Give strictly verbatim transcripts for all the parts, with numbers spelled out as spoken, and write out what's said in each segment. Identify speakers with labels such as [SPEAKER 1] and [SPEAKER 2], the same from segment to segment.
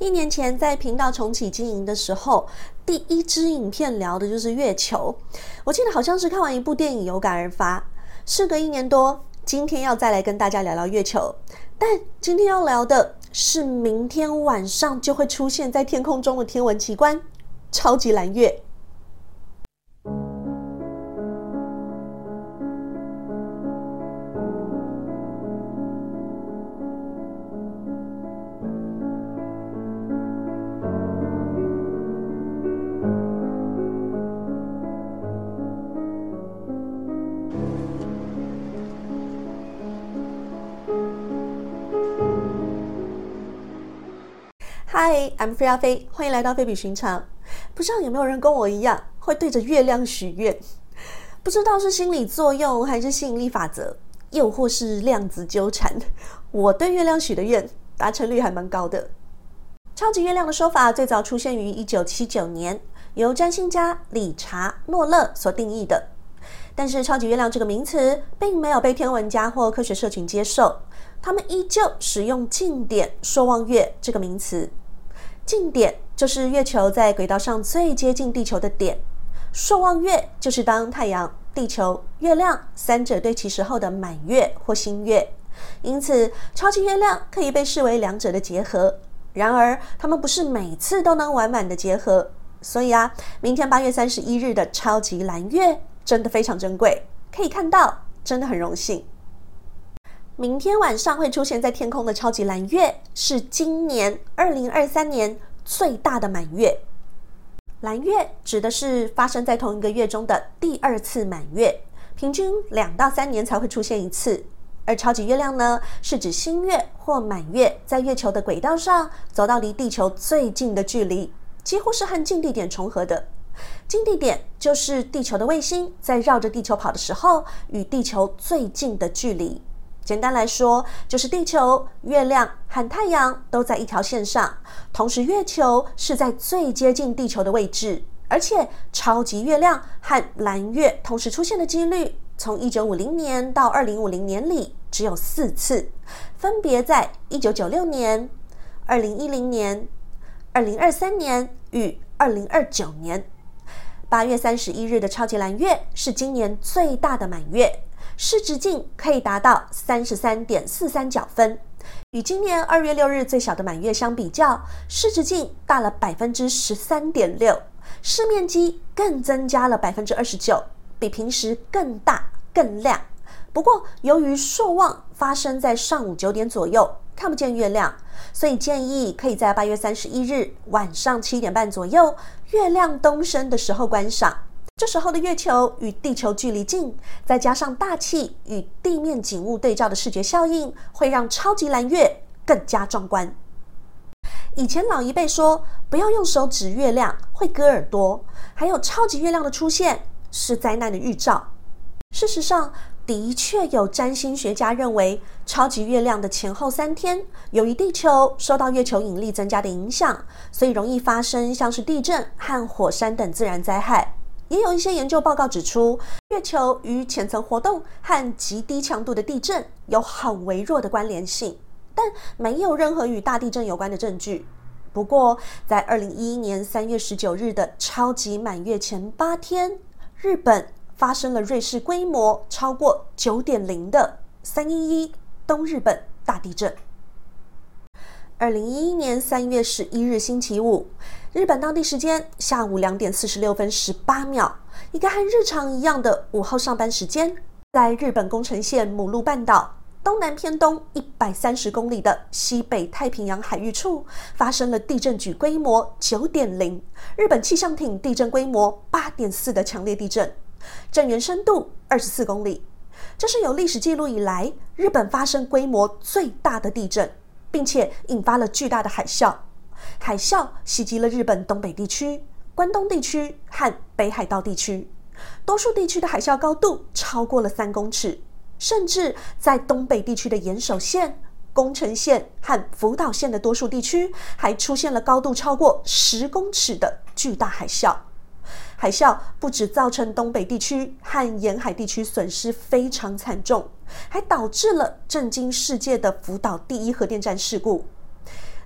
[SPEAKER 1] 一年前在频道重启经营的时候，第一支影片聊的就是月球。我记得好像是看完一部电影有感而发。事隔一年多，今天要再来跟大家聊聊月球，但今天要聊的是明天晚上就会出现在天空中的天文奇观——超级蓝月。Hi, I'm 菲亚菲，欢迎来到菲比寻常。不知道有没有人跟我一样会对着月亮许愿？不知道是心理作用还是吸引力法则，又或是量子纠缠。我对月亮许的愿达成率还蛮高的。超级月亮的说法最早出现于一九七九年，由占星家理查·诺勒所定义的。但是超级月亮这个名词并没有被天文家或科学社群接受，他们依旧使用近点朔望月这个名词。近点就是月球在轨道上最接近地球的点，朔望月就是当太阳、地球、月亮三者对齐时候的满月或新月。因此超级月亮可以被视为两者的结合，然而它们不是每次都能完满的结合。所以啊，明天八月三十一日的超级蓝月真的非常珍贵，可以看到真的很荣幸。明天晚上会出现在天空的超级蓝月是今年二零二三年最大的满月。蓝月指的是发生在同一个月中的第二次满月，平均两到三年才会出现一次。而超级月亮呢，是指新月或满月在月球的轨道上走到离地球最近的距离，几乎是和近地点重合的。近地点就是地球的卫星在绕着地球跑的时候与地球最近的距离。简单来说，就是地球、月亮和太阳都在一条线上，同时月球是在最接近地球的位置，而且超级月亮和蓝月同时出现的几率，从一九五零年到二零五零年里只有四次，分别在一九九六年、二零一零年、二零二三年与二零二九年。八月三十一日的超级蓝月是今年最大的满月，视直径可以达到 三十三点四三角分，与今年二月六日最小的满月相比较，视直径大了 百分之十三点六， 视面积更增加了 百分之二十九， 比平时更大更亮。不过由于朔望发生在上午九点左右，看不见月亮，所以建议可以在八月三十一日晚上七点半左右月亮东升的时候观赏。这时候的月球与地球距离近，再加上大气与地面景物对照的视觉效应，会让超级蓝月更加壮观。以前老一辈说不要用手指月亮，会割耳朵，还有超级月亮的出现是灾难的预兆。事实上，的确有占星学家认为，超级月亮的前后三天，由于地球受到月球引力增加的影响，所以容易发生像是地震和火山等自然灾害。也有一些研究报告指出，月球与浅层活动和极低强度的地震有很微弱的关联性，但没有任何与大地震有关的证据。不过，在二零一一年三月十九日的超级满月前八天，日本发生了瑞士规模超过 九点零 的三一一东日本大地震。二零一一年三月十一日星期五，日本当地时间下午两点四十六分十八秒，一个和日常一样的午后上班时间，在日本宫城县母鹿半岛东南偏东一百三十公里的西北太平洋海域处，发生了地震局规模 九点零， 日本气象厅地震规模 八点四 的强烈地震，震源深度二十四公里。这是有历史记录以来日本发生规模最大的地震，并且引发了巨大的海啸。海啸袭击了日本东北地区、关东地区和北海道地区，多数地区的海啸高度超过了三公尺，甚至在东北地区的岩手县、宫城县和福岛县的多数地区，还出现了高度超过十公尺的巨大海啸。海啸不只造成东北地区和沿海地区损失非常惨重，还导致了震惊世界的福岛第一核电站事故。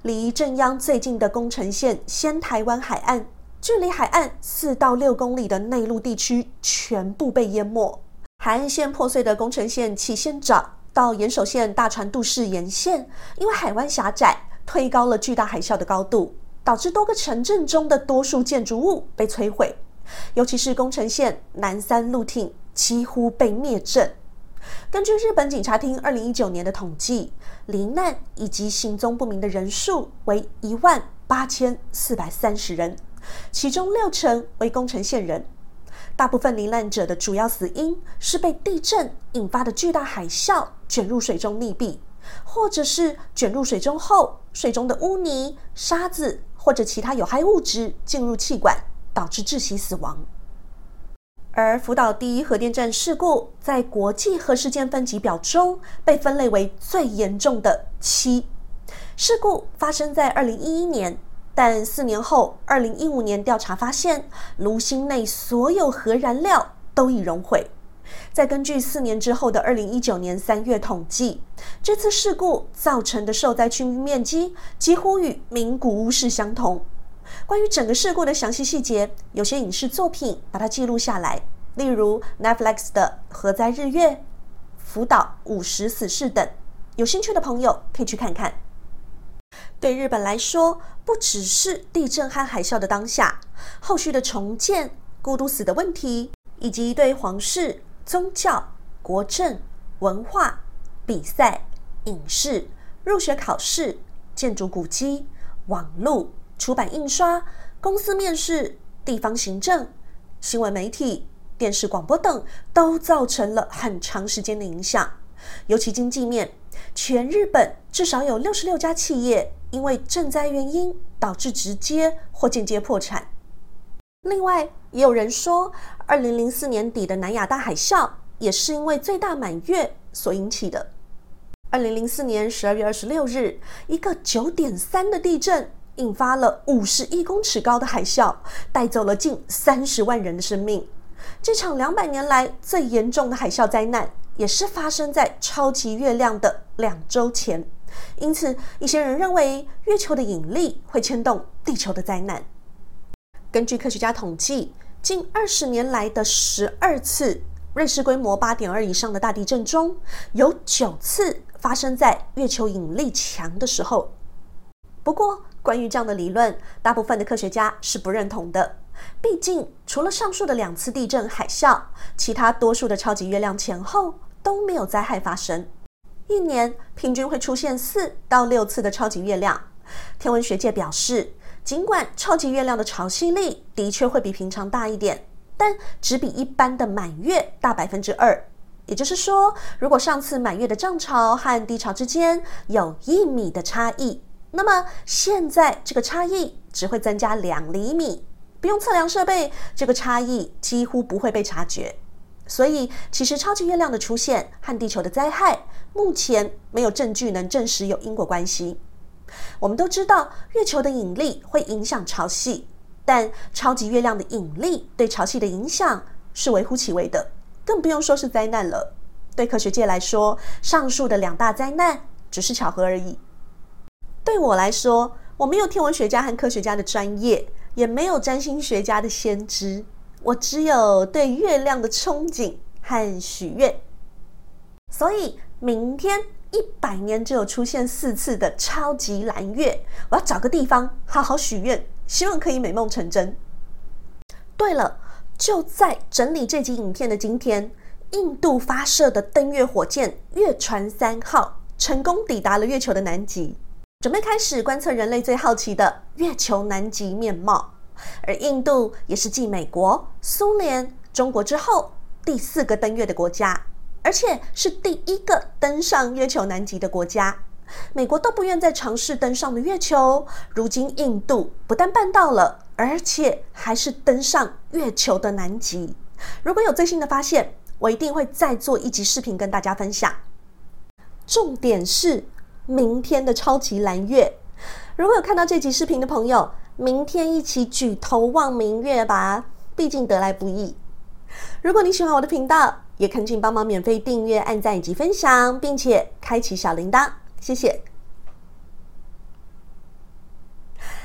[SPEAKER 1] 离正央最近的宫城县仙台湾海岸，距离海岸四到六公里的内陆地区全部被淹没。海岸线破碎的宫城县气仙沼到岩手县大船渡市沿线，因为海湾狭窄，推高了巨大海啸的高度，导致多个城镇中的多数建筑物被摧毁，尤其是宫城县南三陆町几乎被灭镇。根据日本警察厅二零一九年的统计，罹难以及行踪不明的人数为一万八千四百三十人，其中六成为宫城县人。大部分罹难者的主要死因是被地震引发的巨大海啸卷入水中溺毙，或者是卷入水中后，水中的污泥、沙子或者其他有害物质进入气管，导致窒息死亡。而福岛第一核电站事故在国际核事件分级表中被分类为最严重的七。事故发生在二零一一年，但四年后二零一五年调查发现，炉芯内所有核燃料都已熔毁。再根据四年之后的二零一九年三月统计，这次事故造成的受灾区域面积几乎与名古屋市相同。关于整个事故的详细细节，有些影视作品把它记录下来，例如 Netflix 的《核灾日月》、福岛五十死士等，有兴趣的朋友可以去看看。对日本来说，不只是地震和海啸的当下，后续的重建、孤独死的问题，以及对皇室、宗教、国政、文化、比赛、影视、入学考试、建筑古迹、网络、出版印刷、公司面试、地方行政、新闻媒体、电视广播等，都造成了很长时间的影响。尤其经济面，全日本至少有六十六家企业因为震灾原因导致直接或间接破产。另外，也有人说，二零零四年底的南亚大海啸也是因为最大满月所引起的。二零零四年十二月二十六日，一个 九点三 的地震引发了五十一公尺高的海啸，带走了近三十万人的生命。这场两百年来最严重的海啸灾难，也是发生在超级月亮的两周前。因此，一些人认为月球的引力会牵动地球的灾难。根据科学家统计，近二十年来的十二次瑞士规模 八点二 以上的大地震中，有九次发生在月球引力强的时候。不过，关于这样的理论，大部分的科学家是不认同的。毕竟，除了上述的两次地震、海啸，其他多数的超级月亮前后都没有灾害发生。一年平均会出现四到六次的超级月亮。天文学界表示，尽管超级月亮的潮汐力的确会比平常大一点，但只比一般的满月大百分之二。也就是说，如果上次满月的涨潮和低潮之间有一米的差异，那么现在这个差异只会增加两厘米。不用测量设备，这个差异几乎不会被察觉。所以，其实超级月亮的出现和地球的灾害，目前没有证据能证实有因果关系。我们都知道，月球的引力会影响潮汐，但超级月亮的引力对潮汐的影响是微乎其微的，更不用说是灾难了。对科学界来说，上述的两大灾难只是巧合而已。对我来说，我没有天文学家和科学家的专业，也没有占星学家的先知，我只有对月亮的憧憬和许愿。所以明天一百年只有出现四次的超级蓝月，我要找个地方好好许愿，希望可以美梦成真。对了，就在整理这集影片的今天，印度发射的登月火箭月船三号成功抵达了月球的南极，准备开始观测人类最好奇的月球南极面貌。而印度也是继美国、苏联、中国之后第四个登月的国家，而且是第一个登上月球南极的国家。美国都不愿再尝试登上的月球，如今印度不但办到了，而且还是登上月球的南极。如果有最新的发现，我一定会再做一集视频跟大家分享。重点是明天的超级蓝月，如果有看到这集视频的朋友，明天一起举头望明月吧，毕竟得来不易。如果你喜欢我的频道，也恳请帮忙免费订阅、按赞以及分享，并且开启小铃铛，谢谢。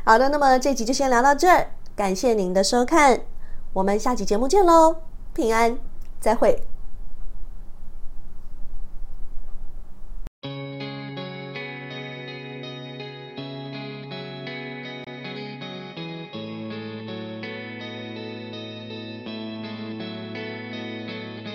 [SPEAKER 1] 好的，那么这集就先聊到这儿，感谢您的收看，我们下期节目见喽，平安，再会。